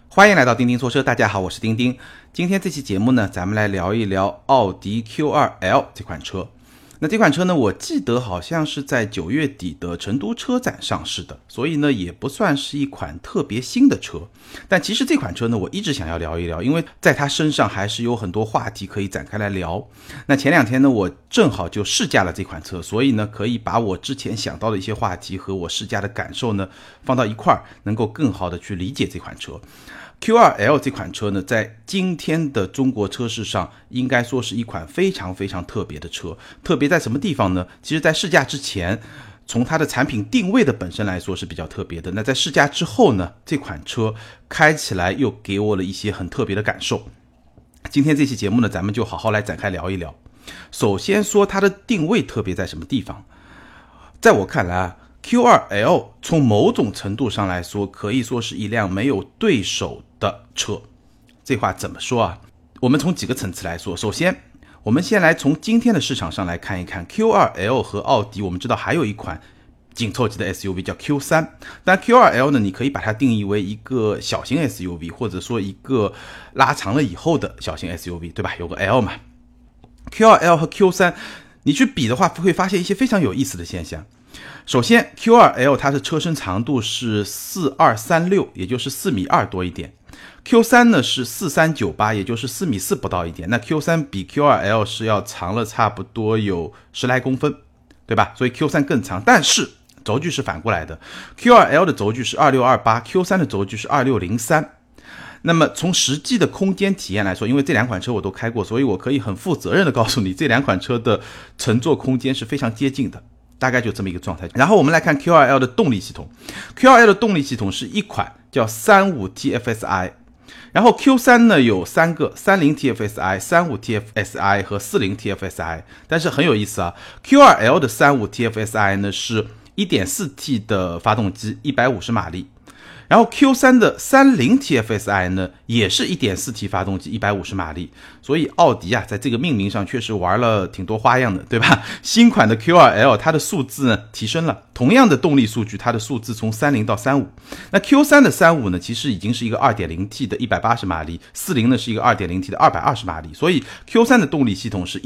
欢迎来到钉钉说车，大家好，我是钉钉。今天这期节目呢，咱们来聊一聊奥迪 Q2L 这款车。那这款车呢，我记得好像是在9月底的成都车展上市的，所以呢也不算是一款特别新的车。但其实这款车呢，我一直想要聊一聊，因为在它身上还是有很多话题可以展开来聊。那前2天呢，我正好就试驾了这款车，所以呢可以把我之前想到的一些话题和我试驾的感受呢放到一块儿，能够更好的去理解这款车。Q2L 这款车呢，在今天的中国车市上应该说是一款非常非常特别的车。特别在什么地方呢？其实在试驾之前，从它的产品定位的本身来说是比较特别的。那在试驾之后呢，这款车开起来又给我了一些很特别的感受。今天这期节目呢，咱们就好好来展开聊一聊。首先说它的定位特别在什么地方？在我看来啊， Q2L 从某种程度上来说，可以说是一辆没有对手的车。这话怎么说啊？我们从几个层次来说。首先，我们先来从今天的市场上来看一看 Q2L 和奥迪，我们知道还有一款紧凑级的 SUV 叫 Q3， 但 Q2L 呢，你可以把它定义为一个小型 SUV， 或者说一个拉长了以后的小型 SUV， 对吧？有个 L 嘛。Q2L 和 Q3 你去比的话，会发现一些非常有意思的现象。首先 Q2L 它的车身长度是4236，也就是4.2米多一点。Q3 呢是4398，也就是4.4米不到一点。那 Q3 比 Q2L 是要长了差不多有10来公分，对吧？所以 Q3 更长，但是轴距是反过来的。Q2L 的轴距是2628， Q3 的轴距是2603。那么从实际的空间体验来说，因为这两款车我都开过，所以我可以很负责任的告诉你，这两款车的乘坐空间是非常接近的，大概就这么一个状态。然后我们来看 Q2L 的动力系统。Q2L 的动力系统是一款叫 35TFSI， 然后 Q3 呢有3个 30TFSI、 35TFSI 和 40TFSI。 但是很有意思啊， Q2L 的 35TFSI 呢是 1.4T 的发动机150马力，然后 Q3 的 30TFSI 呢也是 1.4T 发动机150马力。所以奥迪啊在这个命名上确实玩了挺多花样的，对吧？新款的 Q2L 它的数字呢提升了，同样的动力数据，它的数字从30到35。那 Q3 的35呢其实已经是一个 2.0T 的180马力，40呢是一个 2.0T 的220马力。所以 Q3 的动力系统是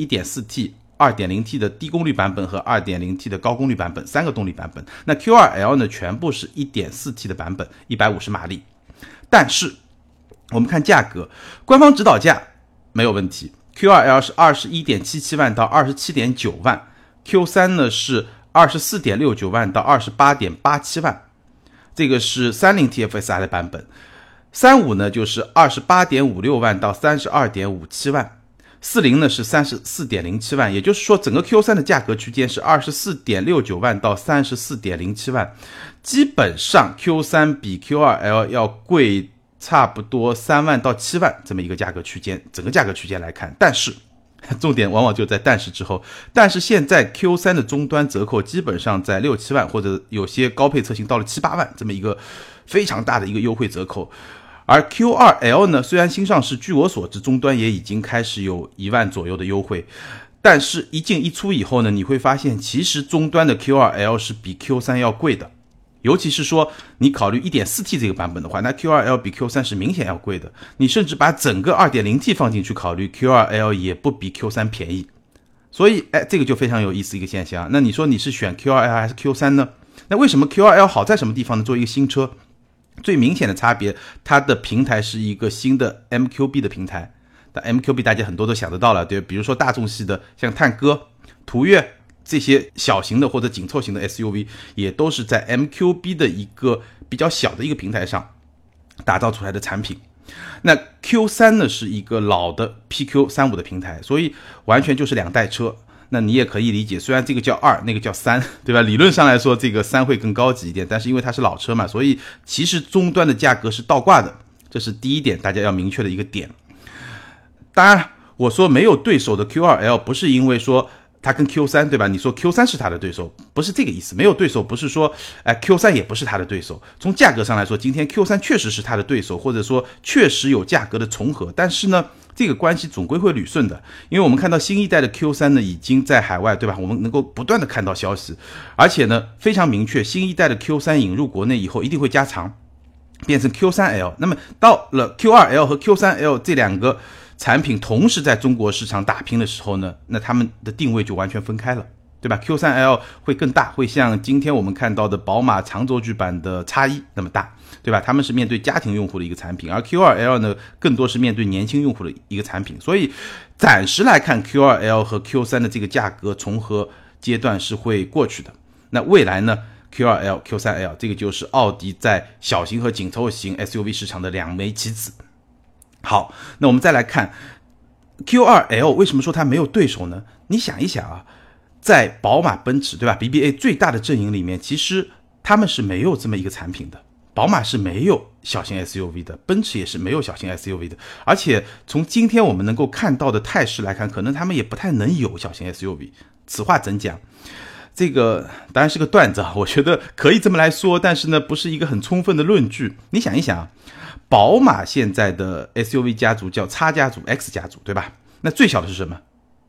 1.4T、2.0T 的低功率版本和 2.0T 的高功率版本，3个动力版本。那 Q2L 呢全部是 1.4T 的版本，150马力。但是我们看价格，官方指导价没有问题， Q2L 是 21.77 万到 27.9 万， Q3 呢是 24.69 万到 28.87 万，这个是 30TFSI 的版本。35呢就是 28.56 万到 32.57 万， 40呢是 34.07 万，也就是说整个 Q3 的价格区间是 24.69 万到 34.07 万，基本上 Q3 比 Q2L 要贵差不多3万到7万这么一个价格区间，整个价格区间来看。但是重点往往就在但是之后，但是现在 Q3 的终端折扣基本上在6、7万，或者有些高配车型到了7、8万，这么一个非常大的一个优惠折扣。而 Q2L 呢，虽然新上市，据我所知终端也已经开始有1万左右的优惠，但是一进一出以后呢，你会发现其实终端的 Q2L 是比 Q3 要贵的。尤其是说你考虑 1.4T 这个版本的话，那 Q2L 比 Q3 是明显要贵的。你甚至把整个 2.0T 放进去考虑， Q2L 也不比 Q3 便宜。所以这个就非常有意思一个现象。那你说你是选 Q2L 还是 Q3 呢？那为什么 Q2L 好在什么地方呢？作为一个新车，最明显的差别，它的平台是一个新的 MQB 的平台。但 MQB 大家很多都想得到了，对，比如说大众系的像探歌、途岳，这些小型的或者紧凑型的 SUV 也都是在 MQB 的一个比较小的一个平台上打造出来的产品。那 Q3 呢是一个老的 PQ35 的平台，所以完全就是2代车。那你也可以理解，虽然这个叫2，那个叫3，对吧？理论上来说这个3会更高级一点，但是因为它是老车嘛，所以其实终端的价格是倒挂的，这是第一点大家要明确的一个点。当然我说没有对手的 Q2L 不是因为说它跟 Q3 对吧？你说 Q3 是它的对手，不是这个意思。没有对手不是说Q3 也不是它的对手。从价格上来说，今天 Q3 确实是它的对手，或者说确实有价格的重合，但是呢这个关系总归会捋顺的。因为我们看到新一代的 Q3 呢已经在海外，对吧？我们能够不断的看到消息，而且呢非常明确，新一代的 Q3 引入国内以后一定会加长。 变成 Q3L， 那么到了 Q2L 和 Q3L 这两个产品同时在中国市场打拼的时候呢，那他们的定位就完全分开了，对吧？ Q3L 会更大，会像今天我们看到的宝马长轴距版的 X1 那么大，对吧？他们是面对家庭用户的一个产品，而 Q2L 呢更多是面对年轻用户的一个产品，所以暂时来看 Q2L 和 Q3 的这个价格重合阶段是会过去的。那未来呢， Q2L、Q3L 这个就是奥迪在小型和紧凑型 SUV 市场的两枚棋子。好，那我们再来看 Q2L 为什么说它没有对手呢？你想一想啊，在宝马奔驰，对吧， BBA 最大的阵营里面，其实他们是没有这么一个产品的。宝马是没有小型 SUV 的，奔驰也是没有小型 SUV 的，而且从今天我们能够看到的态势来看，可能他们也不太能有小型 SUV。此话怎讲？这个当然是个段子啊，我觉得可以这么来说，但是呢，不是一个很充分的论据。你想一想啊，宝马现在的 SUV 家族叫 X 家族、X 家族，对吧？那最小的是什么？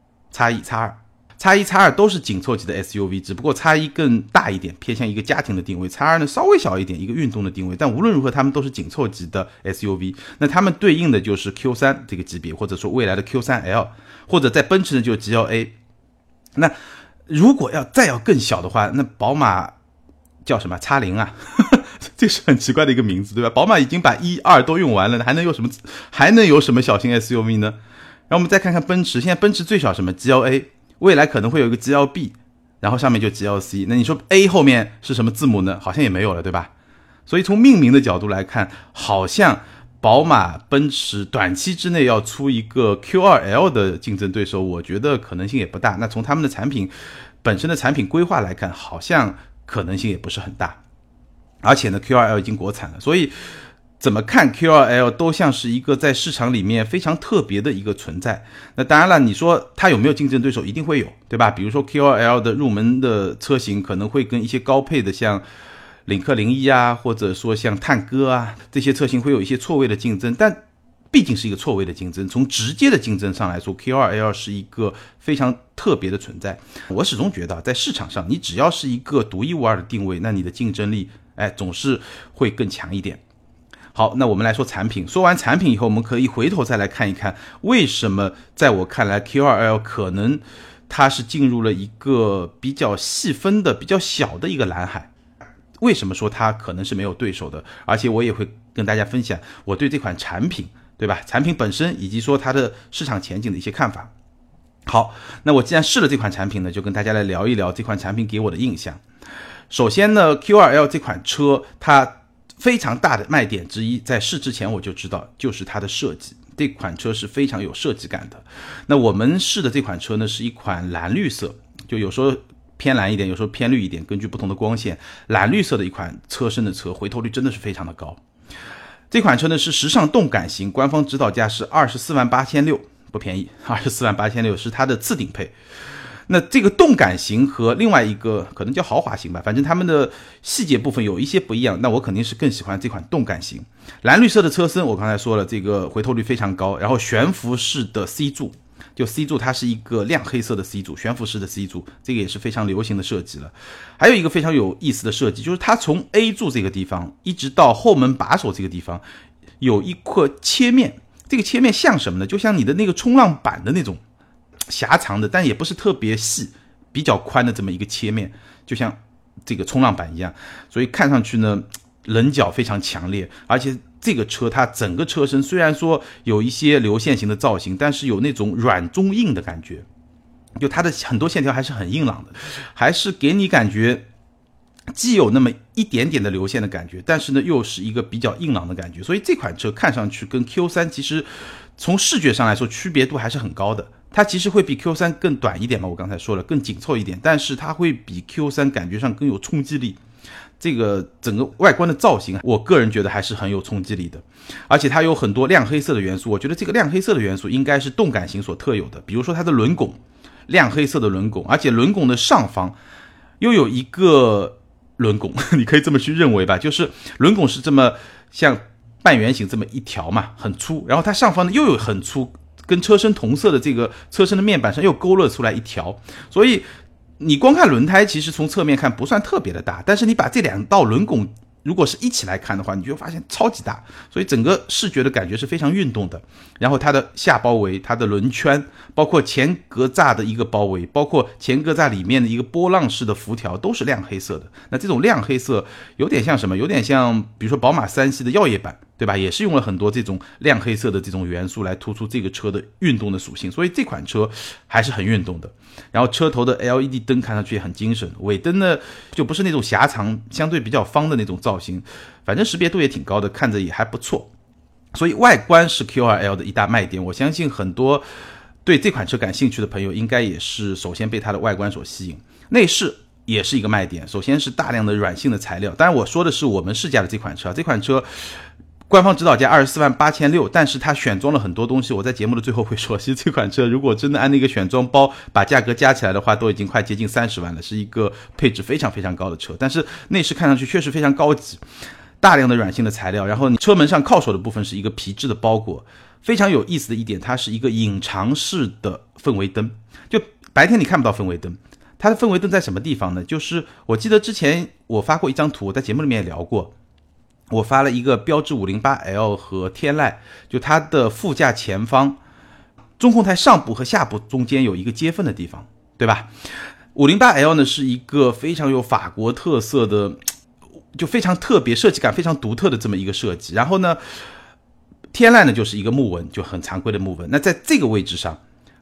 X1、X2 都是紧凑级的 SUV， 只不过 X1 更大一点，偏向一个家庭的定位， X2 呢稍微小一点，一个运动的定位，但无论如何他们都是紧凑级的 SUV。 那他们对应的就是 Q3 这个级别，或者说未来的 Q3L， 或者在奔驰呢就是 GLA。 那如果再要更小的话，那宝马叫什么 X0 啊这是很奇怪的一个名字，对吧？宝马已经把1、2都用完了，还能有什么小型 SUV 呢？然后我们再看看奔驰，现在奔驰最小什么 GLA， 未来可能会有一个 GLB， 然后上面就 GLC， 那你说 A 后面是什么字母呢？好像也没有了，对吧？所以从命名的角度来看，好像宝马奔驰短期之内要出一个 Q2L 的竞争对手，我觉得可能性也不大。那从他们的产品本身的产品规划来看，好像可能性也不是很大。而且呢 Q2L 已经国产了，所以怎么看 Q2L 都像是一个在市场里面非常特别的一个存在。那当然了，你说它有没有竞争对手？一定会有，对吧？比如说 Q2L 的入门的车型可能会跟一些高配的像领克01啊，或者说像探歌啊，这些车型会有一些错位的竞争，但毕竟是一个错位的竞争，从直接的竞争上来说 Q2L 是一个非常特别的存在。我始终觉得在市场上，你只要是一个独一无二的定位，那你的竞争力总是会更强一点。好，那我们来说产品。说完产品以后，我们可以回头再来看一看，为什么在我看来 Q2L 可能它是进入了一个比较细分的、比较小的一个蓝海。为什么说它可能是没有对手的？而且我也会跟大家分享我对这款产品，对吧？产品本身以及说它的市场前景的一些看法。好，那我既然试了这款产品呢，就跟大家来聊一聊这款产品给我的印象。首先呢 Q2L 这款车它非常大的卖点之一，在试之前我就知道，就是它的设计。这款车是非常有设计感的。那我们试的这款车呢，是一款蓝绿色，就有时候偏蓝一点，有时候偏绿一点，根据不同的光线，蓝绿色的一款车身的车，回头率真的是非常的高。这款车呢是时尚动感型，官方指导价是248600，不便宜，248600是它的次顶配。那这个动感型和另外一个可能叫豪华型吧，反正他们的细节部分有一些不一样，那我肯定是更喜欢这款动感型。蓝绿色的车身我刚才说了，这个回头率非常高，然后悬浮式的 C 柱，就 C 柱它是一个亮黑色的 C 柱，悬浮式的 C 柱，这个也是非常流行的设计了。还有一个非常有意思的设计，就是它从 A 柱这个地方一直到后门把手这个地方有一块切面，这个切面像什么呢？就像你的那个冲浪板的那种狭长的，但也不是特别细，比较宽的这么一个切面，就像这个冲浪板一样，所以看上去呢棱角非常强烈。而且这个车它整个车身虽然说有一些流线型的造型，但是有那种软中硬的感觉，就它的很多线条还是很硬朗的，还是给你感觉既有那么一点点的流线的感觉，但是呢又是一个比较硬朗的感觉。所以这款车看上去跟 Q3 其实从视觉上来说区别度还是很高的。它其实会比 Q3 更短一点嘛，我刚才说了更紧凑一点，但是它会比 Q3 感觉上更有冲击力。这个整个外观的造型我个人觉得还是很有冲击力的。而且它有很多亮黑色的元素，我觉得这个亮黑色的元素应该是动感型所特有的，比如说它的轮拱，亮黑色的轮拱，而且轮拱的上方又有一个轮拱你可以这么去认为吧，就是轮拱是这么像半圆形这么一条嘛，很粗，然后它上方呢又有很粗，跟车身同色的这个车身的面板上又勾勒出来一条，所以你光看轮胎其实从侧面看不算特别的大，但是你把这两道轮拱如果是一起来看的话，你就会发现超级大，所以整个视觉的感觉是非常运动的。然后它的下包围、它的轮圈，包括前格栅的一个包围，包括前格栅里面的一个波浪式的辐条，都是亮黑色的。那这种亮黑色有点像什么？有点像比如说宝马3系的耀夜版，对吧？也是用了很多这种亮黑色的这种元素来突出这个车的运动的属性，所以这款车还是很运动的。然后车头的 LED 灯看上去也很精神，尾灯呢就不是那种狭长相对比较方的那种造型，反正识别度也挺高的，看着也还不错。所以外观是 Q2L 的一大卖点，我相信很多对这款车感兴趣的朋友应该也是首先被它的外观所吸引。内饰也是一个卖点，首先是大量的软性的材料，当然我说的是我们试驾的这款车，这款车官方指导价248600，但是它选装了很多东西，我在节目的最后会说，其实这款车如果真的按那个选装包把价格加起来的话，都已经快接近30万了，是一个配置非常非常高的车，但是内饰看上去确实非常高级，大量的软性的材料，然后你车门上靠手的部分是一个皮质的包裹。非常有意思的一点，它是一个隐藏式的氛围灯，就白天你看不到氛围灯，它的氛围灯在什么地方呢？就是我记得之前我发过一张图，我在节目里面也聊过，我发了一个标致 508L 和天籁，就它的副驾前方中控台上部和下部中间有一个接缝的地方，对吧？ 508L 呢是一个非常有法国特色的，就非常特别，设计感非常独特的这么一个设计。然后呢，天籁呢就是一个木纹，就很常规的木纹。那在这个位置上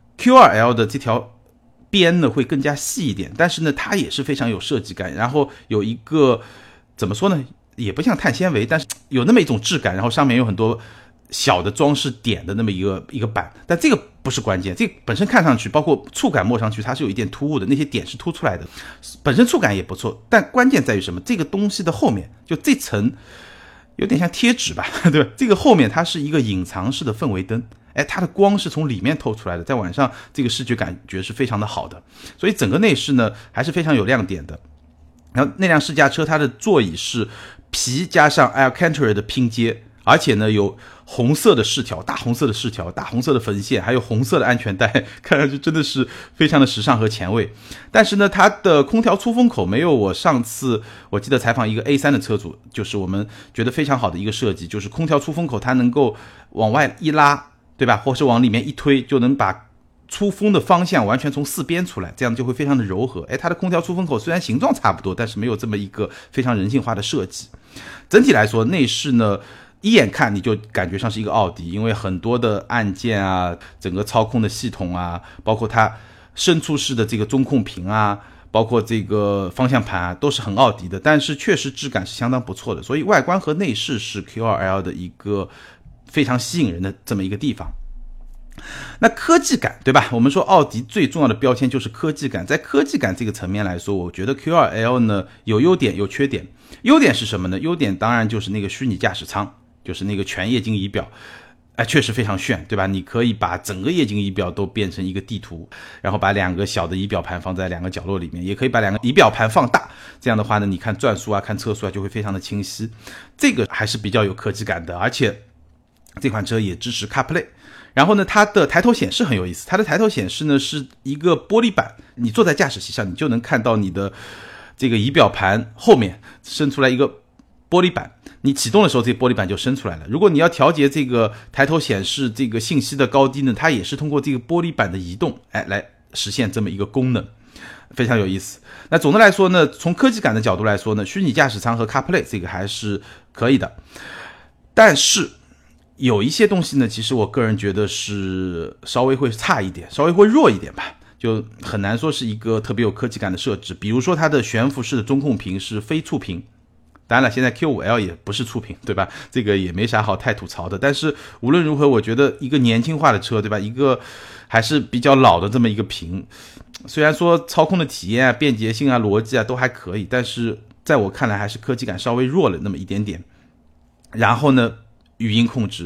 Q2L 的这条边呢会更加细一点，但是呢它也是非常有设计感，然后有一个怎么说呢，也不像碳纤维，但是有那么一种质感，然后上面有很多小的装饰点的那么一个板，但这个不是关键，这个本身看上去包括触感摸上去它是有一点突兀的，那些点是凸出来的，本身触感也不错，但关键在于什么？这个东西的后面就这层有点像贴纸吧，对吧？这个后面它是一个隐藏式的氛围灯，它的光是从里面透出来的，在晚上这个视觉感觉是非常的好的，所以整个内饰呢还是非常有亮点的。然后那辆试驾车它的座椅是皮加上 Alcantara 的拼接，而且呢有红色的饰条，大红色的饰条，大红色的缝线，还有红色的安全带，看上去真的是非常的时尚和前卫。但是呢它的空调出风口没有我上次我记得采访一个 A3 的车主，就是我们觉得非常好的一个设计，就是空调出风口它能够往外一拉，对吧？或是往里面一推，就能把出风的方向完全从四边出来，这样就会非常的柔和。它的空调出风口虽然形状差不多，但是没有这么一个非常人性化的设计。整体来说内饰呢一眼看你就感觉上是一个奥迪，因为很多的按键啊，整个操控的系统啊，包括它伸出式的这个中控屏啊，包括这个方向盘啊，都是很奥迪的，但是确实质感是相当不错的，所以外观和内饰是 Q2L 的一个非常吸引人的这么一个地方。那科技感，对吧？我们说奥迪最重要的标签就是科技感，在科技感这个层面来说，我觉得 Q2L 呢有优点有缺点。优点是什么呢？优点当然就是那个虚拟驾驶舱，就是那个全液晶仪表，确实非常炫，对吧？你可以把整个液晶仪表都变成一个地图，然后把两个小的仪表盘放在两个角落里面，也可以把两个仪表盘放大，这样的话呢，你看转速啊，看车速啊，就会非常的清晰。这个还是比较有科技感的，而且这款车也支持 CarPlay。然后呢，它的抬头显示很有意思，它的抬头显示呢是一个玻璃板，你坐在驾驶席上，你就能看到你的这个仪表盘后面伸出来一个玻璃板，你启动的时候这个玻璃板就伸出来了。如果你要调节这个抬头显示这个信息的高低呢，它也是通过这个玻璃板的移动来实现这么一个功能，非常有意思。那总的来说呢，从科技感的角度来说呢，虚拟驾驶舱和 CarPlay 这个还是可以的，但是有一些东西呢，其实我个人觉得是稍微会差一点，稍微会弱一点吧，就很难说是一个特别有科技感的设置。比如说它的悬浮式的中控屏是非触屏，当然了，现在 Q5L 也不是触屏，对吧？这个也没啥好太吐槽的。但是无论如何，我觉得一个年轻化的车，对吧？一个还是比较老的这么一个屏，虽然说操控的体验啊、便捷性啊、逻辑啊都还可以，但是在我看来还是科技感稍微弱了那么一点点。然后呢，语音控制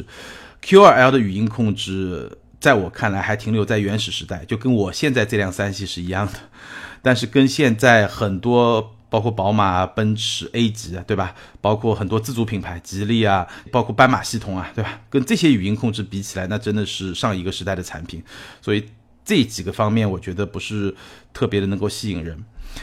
Q2L 的语音控制在我看来还停留在原始时代，就跟我现在这辆3系是一样的，但是跟现在很多包括宝马、奔驰 A 级啊，对吧？包括很多自主品牌吉利啊，包括斑马系统啊，对吧？跟这些语音控制比起来，那真的是上一个时代的产品，所以这几个方面我觉得不是特别的能够吸引人。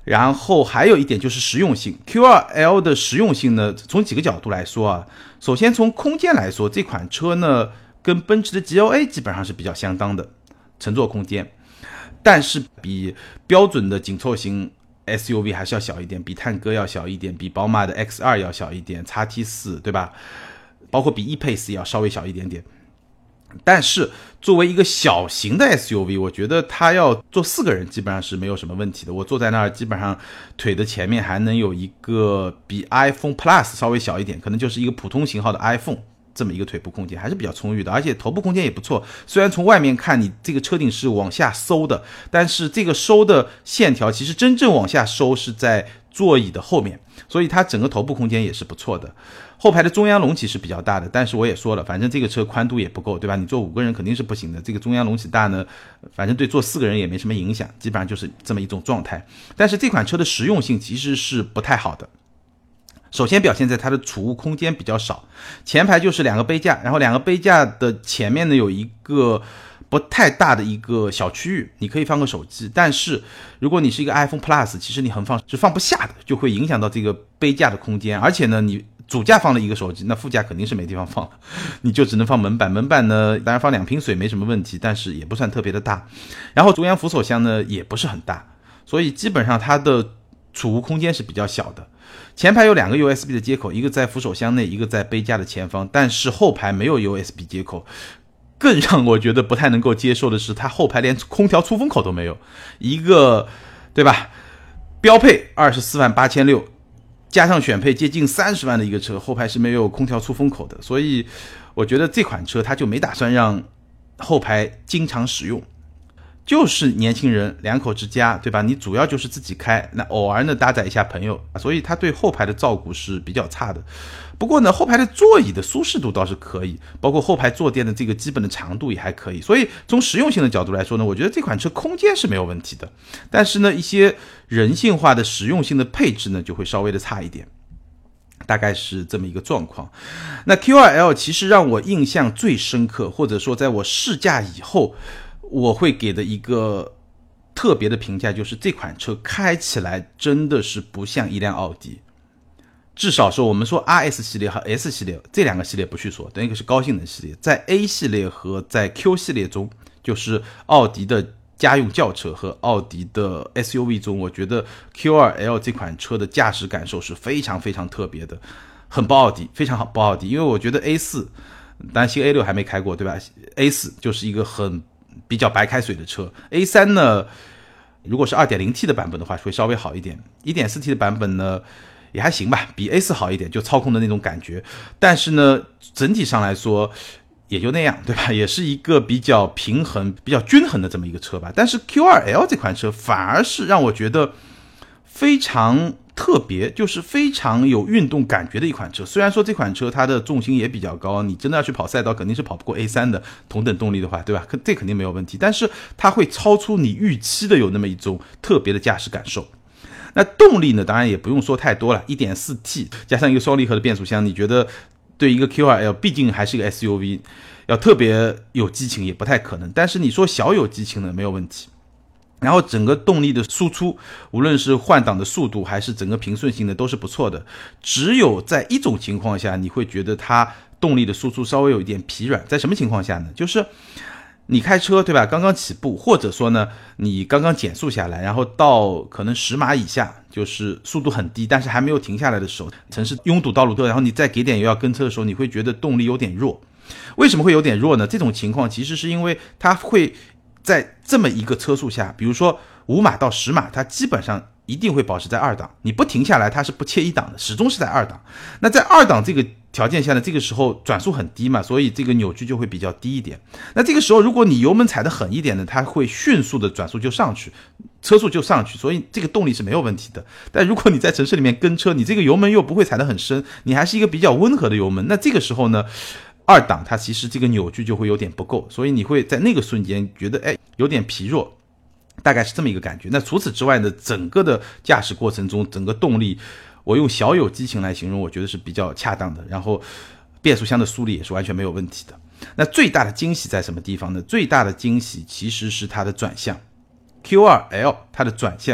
然后还有一点就是实用性 ，Q2L 的实用性呢，从几个角度来说啊，首先从空间来说，这款车呢跟奔驰的 GLA 基本上是比较相当的乘坐空间，但是比标准的紧凑型 SUV 还是要小一点，比探戈要小一点，比宝马的 X2 要小一点 ，XT4 对吧？包括比 E-Pace 也要稍微小一点点。但是作为一个小型的 SUV， 我觉得它要坐4个人基本上是没有什么问题的。我坐在那儿基本上腿的前面还能有一个比 iPhone Plus 稍微小一点，可能就是一个普通型号的 iPhone 这么一个腿部空间，还是比较充裕的，而且头部空间也不错。虽然从外面看你这个车顶是往下收的，但是这个收的线条其实真正往下收是在座椅的后面，所以它整个头部空间也是不错的。后排的中央隆起是比较大的，但是我也说了，反正这个车宽度也不够，对吧？你坐5个人肯定是不行的。这个中央隆起大呢，反正对坐4个人也没什么影响，基本上就是这么一种状态。但是这款车的实用性其实是不太好的。首先表现在它的储物空间比较少，前排就是2个杯架，然后2个杯架的前面呢有一个不太大的一个小区域，你可以放个手机，但是如果你是一个 iPhone Plus， 其实你横放是放不下的，就会影响到这个杯架的空间。而且呢，你主架放了一个手机，那副驾肯定是没地方放，你就只能放门板。门板呢，当然放2瓶水没什么问题，但是也不算特别的大。然后中央扶手箱呢也不是很大，所以基本上它的储物空间是比较小的。前排有2个 USB 的接口，一个在扶手箱内，一个在杯架的前方，但是后排没有 USB 接口。更让我觉得不太能够接受的是，它后排连空调出风口都没有，一个对吧？标配24.86万，加上选配接近30万的一个车，后排是没有空调出风口的，所以我觉得这款车它就没打算让后排经常使用。就是年轻人2口之家，对吧？你主要就是自己开，那偶尔呢搭载一下朋友，所以它对后排的照顾是比较差的。不过呢，后排的座椅的舒适度倒是可以，包括后排坐垫的这个基本的长度也还可以。所以从实用性的角度来说呢，我觉得这款车空间是没有问题的。但是呢，一些人性化的实用性的配置呢，就会稍微的差一点。大概是这么一个状况。那 Q2L 其实让我印象最深刻，或者说在我试驾以后我会给的一个特别的评价，就是这款车开起来真的是不像一辆奥迪。至少说我们说 RS 系列和 S 系列这2个系列不去说，那个是高性能系列，在 A 系列和在 Q 系列中，就是奥迪的家用轿车和奥迪的 SUV 中，我觉得 Q2L 这款车的驾驶感受是非常非常特别的，很不奥迪，非常不奥迪。因为我觉得 A4 当然新 A6 还没开过，对吧？ A4 就是一个很比较白开水的车。 A3 呢，如果是 2.0T 的版本的话会稍微好一点， 1.4T 的版本呢也还行吧，比 A4 好一点，就操控的那种感觉。但是呢，整体上来说也就那样，对吧？也是一个比较平衡比较均衡的这么一个车吧。但是 Q2L 这款车反而是让我觉得非常特别，就是非常有运动感觉的一款车。虽然说这款车它的重心也比较高，你真的要去跑赛道肯定是跑不过 A3 的同等动力的话，对吧？这肯定没有问题，但是它会超出你预期的有那么一种特别的驾驶感受。那动力呢，当然也不用说太多了， 1.4T 加上一个双离合的变速箱，你觉得对一个 Q2L 毕竟还是一个 SUV 要特别有激情也不太可能，但是你说小有激情呢没有问题。然后整个动力的输出，无论是换挡的速度还是整个平顺性的都是不错的。只有在一种情况下你会觉得它动力的输出稍微有一点疲软，在什么情况下呢？就是你开车，对吧？刚刚起步，或者说呢你刚刚减速下来，然后到可能10码以下，就是速度很低但是还没有停下来的时候，城市拥堵道路多，然后你再给点油要跟车的时候，你会觉得动力有点弱。为什么会有点弱呢？这种情况其实是因为它会在这么一个车速下，比如说5码到10码，它基本上一定会保持在2档，你不停下来它是不切1档的，始终是在2档。那在2档这个条件下呢，这个时候转速很低嘛，所以这个扭矩就会比较低一点。那这个时候如果你油门踩得狠一点呢，它会迅速的转速就上去，车速就上去，所以这个动力是没有问题的。但如果你在城市里面跟车，你这个油门又不会踩得很深，你还是一个比较温和的油门，那这个时候呢2档它其实这个扭矩就会有点不够，所以你会在那个瞬间觉得有点疲弱，大概是这么一个感觉。那除此之外呢，整个的驾驶过程中整个动力我用小有激情来形容，我觉得是比较恰当的。然后变速箱的速力也是完全没有问题的。那最大的惊喜在什么地方呢？最大的惊喜其实是它的转向。Q2L 它的转向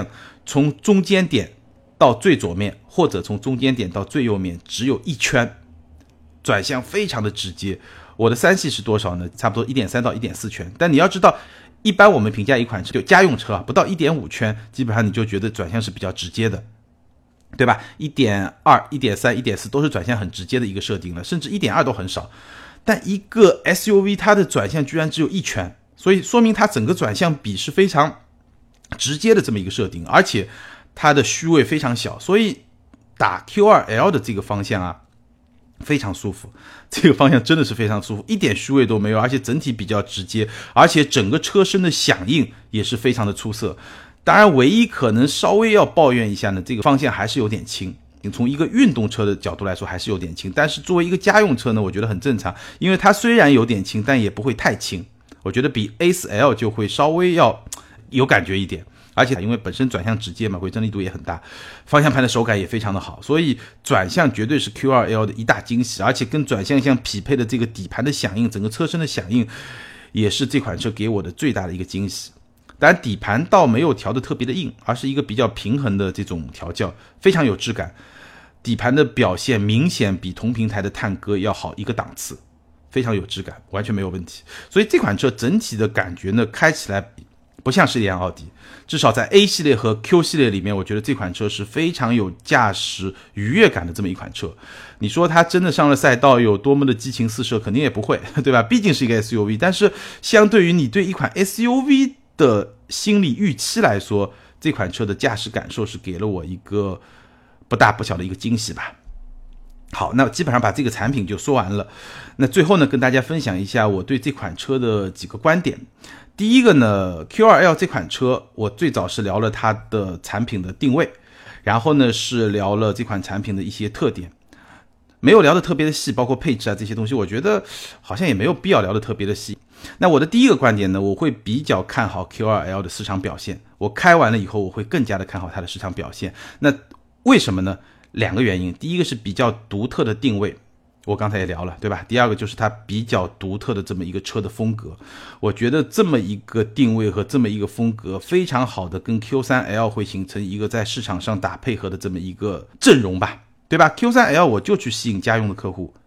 从中间点到最左面，或者从中间点到最右面只有一圈，转向非常的直接。我的3系是多少呢？差不多 1.3 到 1.4 圈。但你要知道，一般我们评价一款车，就家用车不到 1.5 圈，基本上你就觉得转向是比较直接的，对吧？ 1.2 1.3 1.4 都是转向很直接的一个设定了，甚至 1.2 都很少。但一个 SUV 它的转向居然只有一圈，所以说明它整个转向比是非常直接的这么一个设定，而且它的虚位非常小，所以打 Q2L 的这个方向啊非常舒服，这个方向真的是非常舒服，一点虚位都没有，而且整体比较直接，而且整个车身的响应也是非常的出色。当然唯一可能稍微要抱怨一下呢，这个方向还是有点轻，从一个运动车的角度来说还是有点轻，但是作为一个家用车呢，我觉得很正常，因为它虽然有点轻，但也不会太轻，我觉得比 A4L 就会稍微要有感觉一点，而且因为本身转向直接嘛，回正力度也很大，方向盘的手感也非常的好，所以转向绝对是 Q2L 的一大惊喜，而且跟转向相匹配的这个底盘的响应，整个车身的响应也是这款车给我的最大的一个惊喜。当然底盘倒没有调的特别的硬，而是一个比较平衡的这种调教，非常有质感，底盘的表现明显比同平台的探歌要好一个档次，非常有质感，完全没有问题。所以这款车整体的感觉呢，开起来不像是一辆奥迪，至少在 A 系列和 Q 系列里面，我觉得这款车是非常有驾驶愉悦感的这么一款车。你说它真的上了赛道有多么的激情四射，肯定也不会，对吧？毕竟是一个 SUV， 但是相对于你对一款 SUV 的心理预期来说，这款车的驾驶感受是给了我一个不大不小的一个惊喜吧。好，那基本上把这个产品就说完了。那最后呢，跟大家分享一下我对这款车的几个观点。第一个呢 Q2L 这款车，我最早是聊了它的产品的定位，然后呢是聊了这款产品的一些特点，没有聊的特别的细，包括配置啊这些东西，我觉得好像也没有必要聊的特别的细。那我的第一个观点呢，我会比较看好 Q2L 的市场表现，我开完了以后我会更加的看好它的市场表现。那为什么呢？两个原因，第一个是比较独特的定位，我刚才也聊了，对吧？第二个就是它比较独特的这么一个车的风格，我觉得这么一个定位和这么一个风格非常好的跟 Q3L 会形成一个在市场上打配合的这么一个阵容吧，对吧？ Q3L 我就去吸引家用的客户，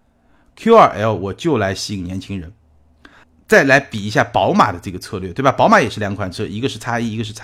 Q2L 我就来吸引年轻人。再来比一下宝马的这个策略，对吧？宝马也是两款车，一个是 X1 一个是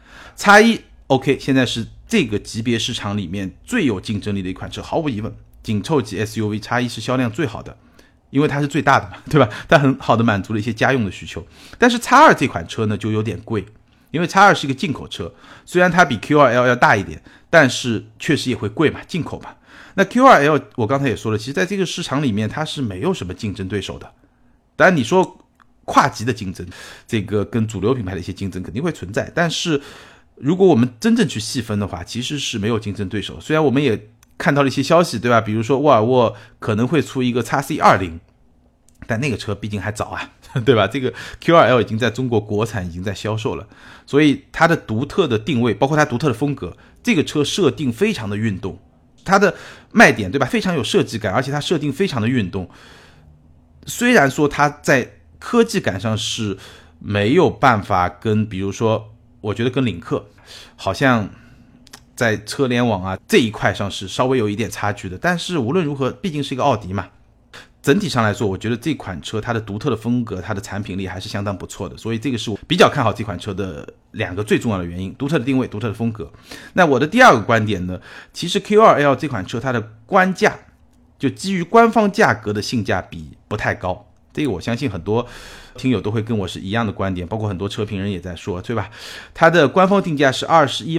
X2， OK 现在是这个级别市场里面最有竞争力的一款车，毫无疑问，紧凑级 SUV X1 是销量最好的，因为它是最大的嘛，对吧？它很好的满足了一些家用的需求。但是 X2 这款车呢就有点贵，因为 X2 是一个进口车，虽然它比 Q2L 要大一点，但是确实也会贵嘛，进口嘛。那 Q2L 我刚才也说了，其实在这个市场里面它是没有什么竞争对手的。当然你说跨级的竞争，这个跟主流品牌的一些竞争肯定会存在，但是如果我们真正去细分的话，其实是没有竞争对手。虽然我们也看到了一些消息，对吧？比如说沃尔沃可能会出一个 XC20， 但那个车毕竟还早啊，对吧？这个 Q2L 已经在中国国产已经在销售了，所以它的独特的定位，包括它独特的风格，这个车设定非常的运动，它的卖点，对吧？非常有设计感，而且它设定非常的运动。虽然说它在科技感上是没有办法跟，比如说我觉得跟领克好像在车联网啊这一块上是稍微有一点差距的，但是无论如何毕竟是一个奥迪嘛，整体上来说我觉得这款车它的独特的风格，它的产品力还是相当不错的，所以这个是我比较看好这款车的两个最重要的原因，独特的定位，独特的风格。那我的第二个观点呢，其实 Q2L 这款车它的官价，就基于官方价格的性价比不太高，这个我相信很多听友都会跟我是一样的观点，包括很多车评人也在说，对吧？它的官方定价是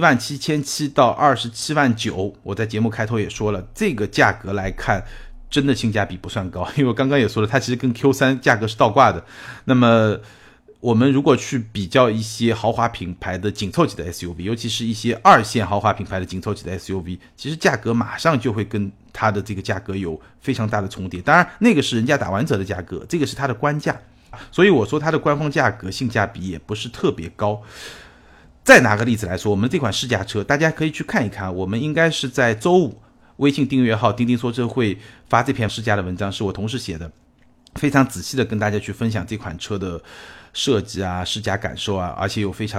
217700到27万9，我在节目开头也说了，这个价格来看真的性价比不算高，因为我刚刚也说了，它其实跟 Q3 价格是倒挂的。那么我们如果去比较一些豪华品牌的紧凑级的 SUV， 尤其是一些二线豪华品牌的紧凑级的 SUV， 其实价格马上就会跟它的这个价格有非常大的重叠，当然那个是人家打完折的价格，这个是它的官价，所以我说它的官方价格性价比也不是特别高。再拿个例子来说，我们这款试驾车大家可以去看一看，我们应该是在周五微信订阅号钉钉说车会发这篇试驾的文章，是我同事写的，非常仔细的跟大家去分享这款车的设计啊、试驾感受啊，而且有非常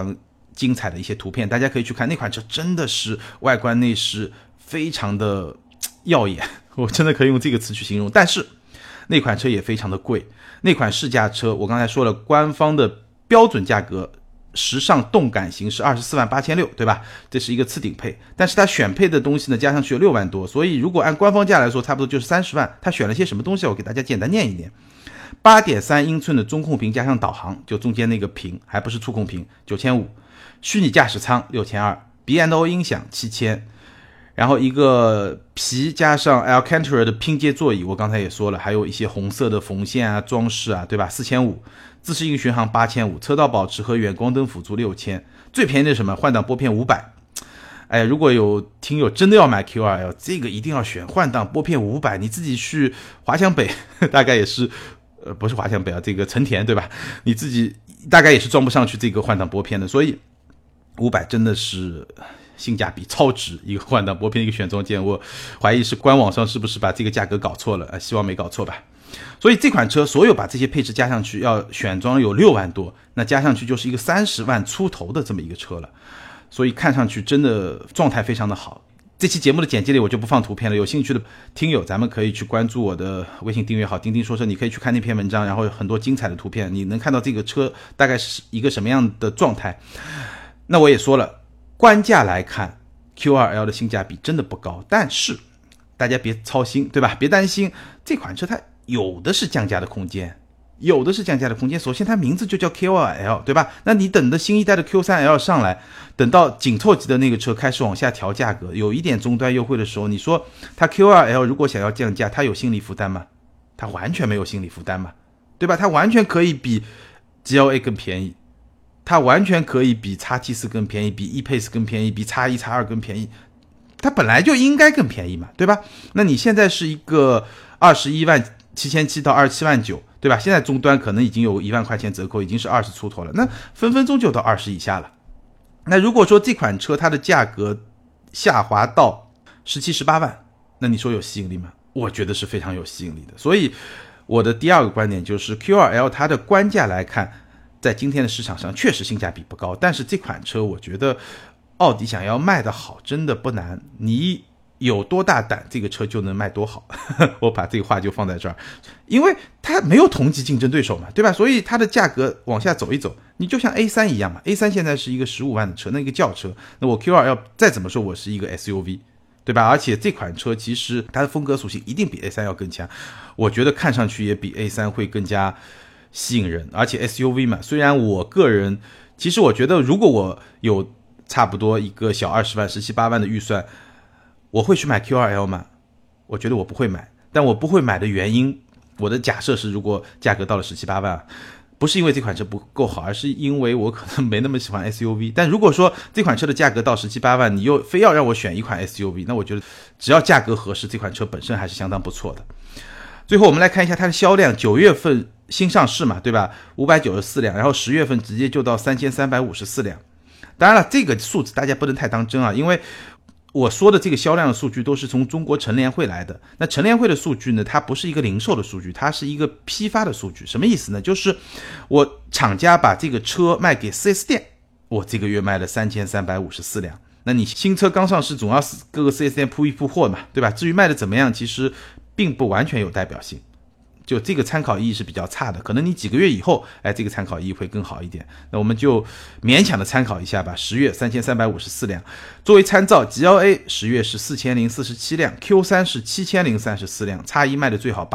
精彩的一些图片，大家可以去看，那款车真的是外观内饰非常的耀眼，我真的可以用这个词去形容。但是那款车也非常的贵，那款试驾车我刚才说了，官方的标准价格时尚动感型是24万8600，对吧？这是一个次顶配，但是它选配的东西呢加上去有6万多，所以如果按官方价来说差不多就是30万。它选了些什么东西，我给大家简单念一念。8.3英寸的中控屏加上导航，就中间那个屏还不是触控屏，9500，虚拟驾驶舱6200， B&O 音响7000，然后一个皮加上 Alcantara 的拼接座椅，我刚才也说了，还有一些红色的缝线啊、装饰啊，对吧？4500，自适应巡航8500，车道保持和远光灯辅助6000，最便宜的什么换挡拨片500。哎，如果有听友真的要买 Q2L， 这个一定要选换挡拨片500，你自己去华强北大概也是不是华强北啊，这个成田对吧？你自己大概也是装不上去这个换挡拨片的，所以500真的是性价比超值，一个换挡拨片一个选装件，我怀疑是官网上是不是把这个价格搞错了，希望没搞错吧。所以这款车所有把这些配置加上去要选装有6万多，那加上去就是一个30万出头的这么一个车了，所以看上去真的状态非常的好。这期节目的简介里我就不放图片了，有兴趣的听友咱们可以去关注我的微信订阅号钉钉说车，你可以去看那篇文章，然后有很多精彩的图片，你能看到这个车大概是一个什么样的状态。那我也说了，官价来看 Q2L 的性价比真的不高，但是大家别操心，对吧？别担心，这款车它有的是降价的空间，首先它名字就叫 Q2L， 对吧？那你等的新一代的 Q3L 上来，等到紧凑级的那个车开始往下调价格，有一点终端优惠的时候，你说它 Q2L 如果想要降价，它有心理负担吗？它完全没有心理负担嘛，对吧？它完全可以比 GLA 更便宜，它完全可以比 X74 更便宜，比 E-Pace 更便宜，比 X1、X2 更便宜，它本来就应该更便宜嘛，对吧？那你现在是一个21万7700到27万9，对吧？现在终端可能已经有1万块钱折扣，已经是20出头了，那分分钟就到20以下了。那如果说这款车它的价格下滑到17、18万，那你说有吸引力吗？我觉得是非常有吸引力的。所以我的第二个观点就是 Q2L 它的官价来看，在今天的市场上确实性价比不高，但是这款车我觉得奥迪想要卖得好真的不难，你有多大胆这个车就能卖多好我把这个话就放在这儿，因为它没有同级竞争对手嘛，对吧？所以它的价格往下走一走，你就像 A3 一样嘛， A3 现在是一个15万的车，那个轿车，那我 Q2L 再怎么说我是一个 SUV， 对吧？而且这款车其实它的风格属性一定比 A3 要更强，我觉得看上去也比 A3 会更加吸引人。而且 SUV 嘛，虽然我个人其实我觉得如果我有差不多一个小20万17、18万的预算，我会去买 Q2L 吗？我觉得我不会买，但我不会买的原因，我的假设是如果价格到了17、18万，不是因为这款车不够好，而是因为我可能没那么喜欢 SUV。 但如果说这款车的价格到17、18万，你又非要让我选一款 SUV， 那我觉得只要价格合适，这款车本身还是相当不错的。最后我们来看一下它的销量，9月份新上市嘛，对吧？594辆，然后10月份直接就到3354辆。当然了，这个数字大家不能太当真啊，因为我说的这个销量的数据都是从中国乘联会来的。那乘联会的数据呢，它不是一个零售的数据，它是一个批发的数据。什么意思呢？就是我厂家把这个车卖给 4S 店，我这个月卖了3354辆。那你新车刚上市，总要各个 4S 店铺一铺货嘛，对吧？至于卖的怎么样，其实并不完全有代表性。就这个参考意义是比较差的，可能你几个月以后，这个参考意义会更好一点。那我们就勉强的参考一下吧。10月3354辆，作为参照 GLA 10月是4047辆， Q3 是7034辆， X1 卖的最好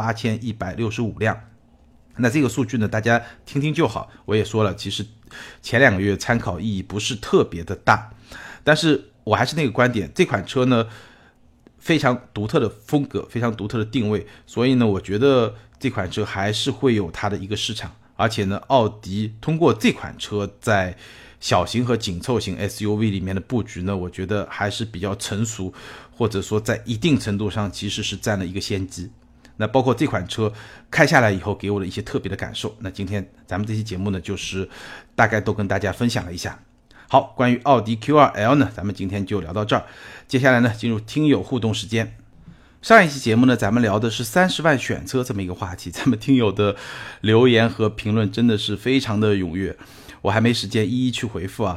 8165辆。那这个数据呢，大家听听就好。我也说了，其实前2个月参考意义不是特别的大，但是我还是那个观点，这款车呢非常独特的风格，非常独特的定位，所以呢我觉得这款车还是会有它的一个市场。而且呢，奥迪通过这款车在小型和紧凑型 SUV 里面的布局呢，我觉得还是比较成熟，或者说在一定程度上其实是占了一个先机。那包括这款车开下来以后给我的一些特别的感受，那今天咱们这期节目呢就是大概都跟大家分享了一下。好，关于奥迪 Q2L 呢，咱们今天就聊到这儿。接下来呢，进入听友互动时间。上一期节目呢，咱们聊的是30万选车这么一个话题，咱们听友的留言和评论真的是非常的踊跃，我还没时间一一去回复啊。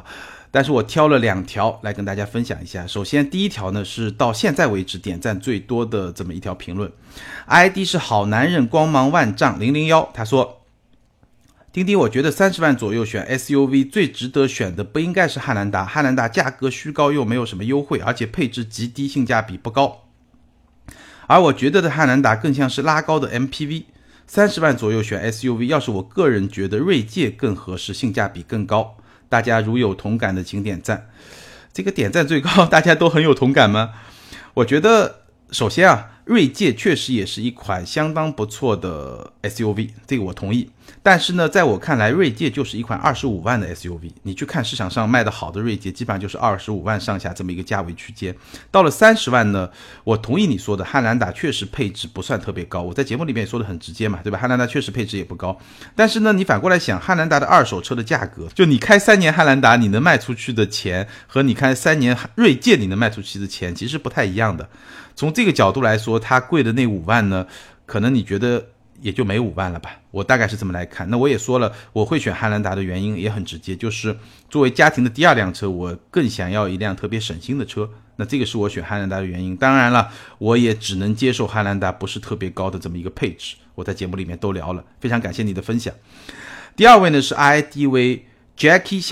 但是我挑了2条来跟大家分享一下。首先第一条呢是到现在为止点赞最多的这么一条评论， ID 是好男人光芒万丈001，他说，丁丁，我觉得30万左右选 SUV 最值得选的不应该是汉兰达，汉兰达价格虚高又没有什么优惠，而且配置极低，性价比不高。而我觉得的汉兰达更像是拉高的 MPV，30万左右选 SUV， 要是我个人觉得锐界更合适，性价比更高。大家如有同感的请点赞。这个点赞最高，大家都很有同感吗？我觉得首先啊，锐界确实也是一款相当不错的 SUV， 这个我同意。但是呢，在我看来，锐界就是一款25万的 SUV。你去看市场上卖的好的锐界，基本上就是25万上下这么一个价位区间。到了30万呢，我同意你说的，汉兰达确实配置不算特别高。我在节目里面也说的很直接嘛，对吧？汉兰达确实配置也不高。但是呢，你反过来想，汉兰达的二手车的价格，就你开3年汉兰达你能卖出去的钱，和你开3年锐界你能卖出去的钱，其实不太一样的。从这个角度来说，它贵的那5万呢，可能你觉得也就没5万了吧，我大概是这么来看。那我也说了，我会选汉兰达的原因也很直接，就是作为家庭的第2辆车，我更想要一辆特别省心的车，那这个是我选汉兰达的原因。当然了，我也只能接受汉兰达不是特别高的这么一个配置，我在节目里面都聊了，非常感谢你的分享。第2位呢是 ID 为 Jackie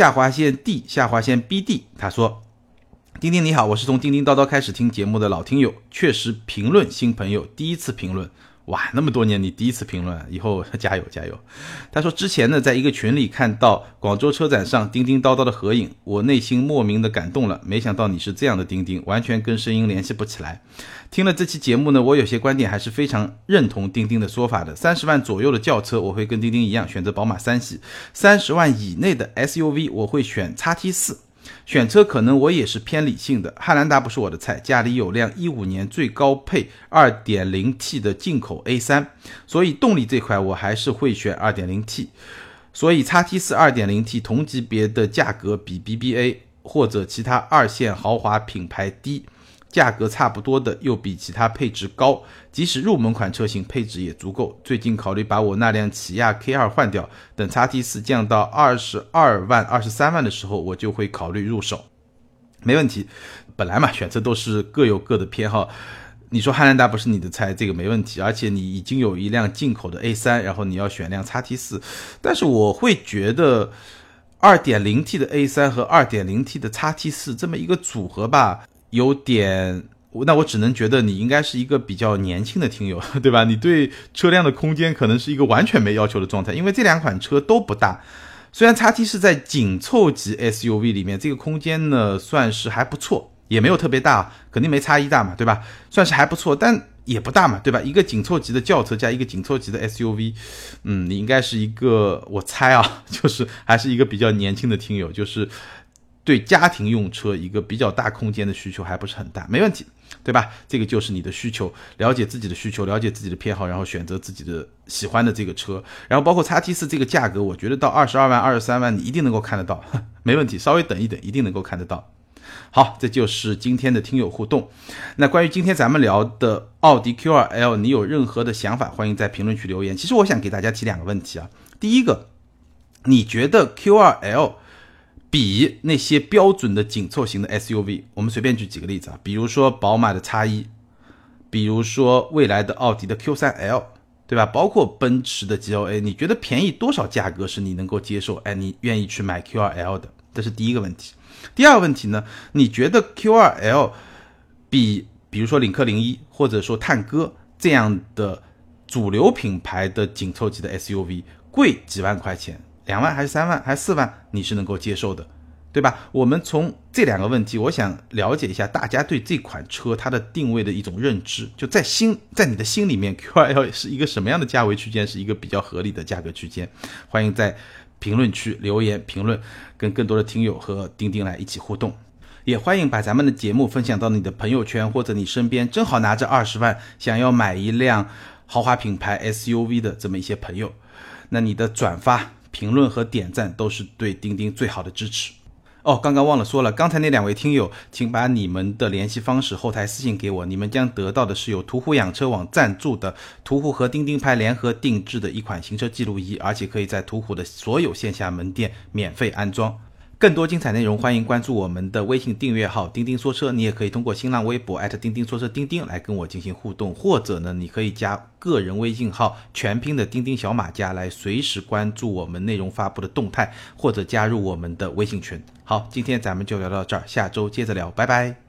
D_BD， 他说，丁丁你好，我是从叮叮叨叨开始听节目的老听友，确实评论新朋友，第一次评论。哇，那么多年你第一次评论，以后加油加油。他说之前呢，在一个群里看到广州车展上叮叮叨叨的合影，我内心莫名的感动了，没想到你是这样的丁丁，完全跟声音联系不起来。听了这期节目呢，我有些观点还是非常认同丁丁的说法的。30万左右的轿车我会跟丁丁一样选择宝马3系，30万以内的 SUV 我会选 XT4。选车可能我也是偏理性的，汉兰达不是我的菜，家里有辆15年最高配 2.0T 的进口 A3， 所以动力这块我还是会选 2.0T， 所以 XT4 2.0T 同级别的价格比 BBA 或者其他2线豪华品牌低，价格差不多的又比其他配置高，即使入门款车型配置也足够。最近考虑把我那辆起亚 K2 换掉，等 XT4 降到22万23万的时候，我就会考虑入手。没问题，本来嘛，选择都是各有各的偏好。你说汉兰达不是你的菜，这个没问题，而且你已经有一辆进口的 A3， 然后你要选辆 XT4， 但是我会觉得 2.0T 的 A3 和 2.0T 的 XT4 这么一个组合吧，有点，那我只能觉得你应该是一个比较年轻的听友，对吧？你对车辆的空间可能是一个完全没要求的状态，因为这2款车都不大。虽然 XT 是在紧凑级 SUV 里面，这个空间呢算是还不错，也没有特别大，肯定没 X1 大嘛，对吧？算是还不错，但也不大嘛，对吧？一个紧凑级的轿车加一个紧凑级的 SUV， 你应该是一个，我猜啊，就是还是一个比较年轻的听友，就是对家庭用车一个比较大空间的需求还不是很大，没问题，对吧？这个就是你的需求，了解自己的需求，了解自己的偏好，然后选择自己的喜欢的这个车，然后包括 XT4 这个价格，我觉得到22万23万你一定能够看得到，没问题，稍微等一等一定能够看得到。好，这就是今天的听友互动。那关于今天咱们聊的奥迪 Q2L， 你有任何的想法，欢迎在评论区留言。其实我想给大家提2个问题啊。第一个，你觉得 Q2L 比那些标准的紧凑型的 SUV， 我们随便举几个例子啊，比如说宝马的 X1， 比如说未来的奥迪的 Q3L， 对吧？包括奔驰的 GLA， 你觉得便宜多少价格是你能够接受，你愿意去买 Q2L 的？这是第一个问题。第二个问题呢，你觉得 Q2L 比如说领克01或者说探歌这样的主流品牌的紧凑级的 SUV 贵几万块钱，2万还是3万还是4万，你是能够接受的，对吧？我们从这2个问题，我想了解一下大家对这款车它的定位的一种认知，就在你的心里面 Q2L 是一个什么样的价位区间，是一个比较合理的价格区间。欢迎在评论区留言评论，跟更多的听友和钉钉来一起互动。也欢迎把咱们的节目分享到你的朋友圈，或者你身边正好拿着20万想要买一辆豪华品牌 SUV 的这么一些朋友，那你的转发评论和点赞都是对钉钉最好的支持。刚刚忘了说了，刚才那2位听友请把你们的联系方式后台私信给我，你们将得到的是由途虎养车网赞助的途虎和钉钉牌联合定制的一款行车记录仪，而且可以在途虎的所有线下门店免费安装。 更多精彩内容，欢迎关注我们的微信订阅号钉钉说车，你也可以通过新浪微博钉钉说车钉钉来跟我进行互动，或者呢，你可以加个人微信号全拼的钉钉小马甲来随时关注我们内容发布的动态，或者加入我们的微信群。好，今天咱们就聊到这儿，下周接着聊，拜拜。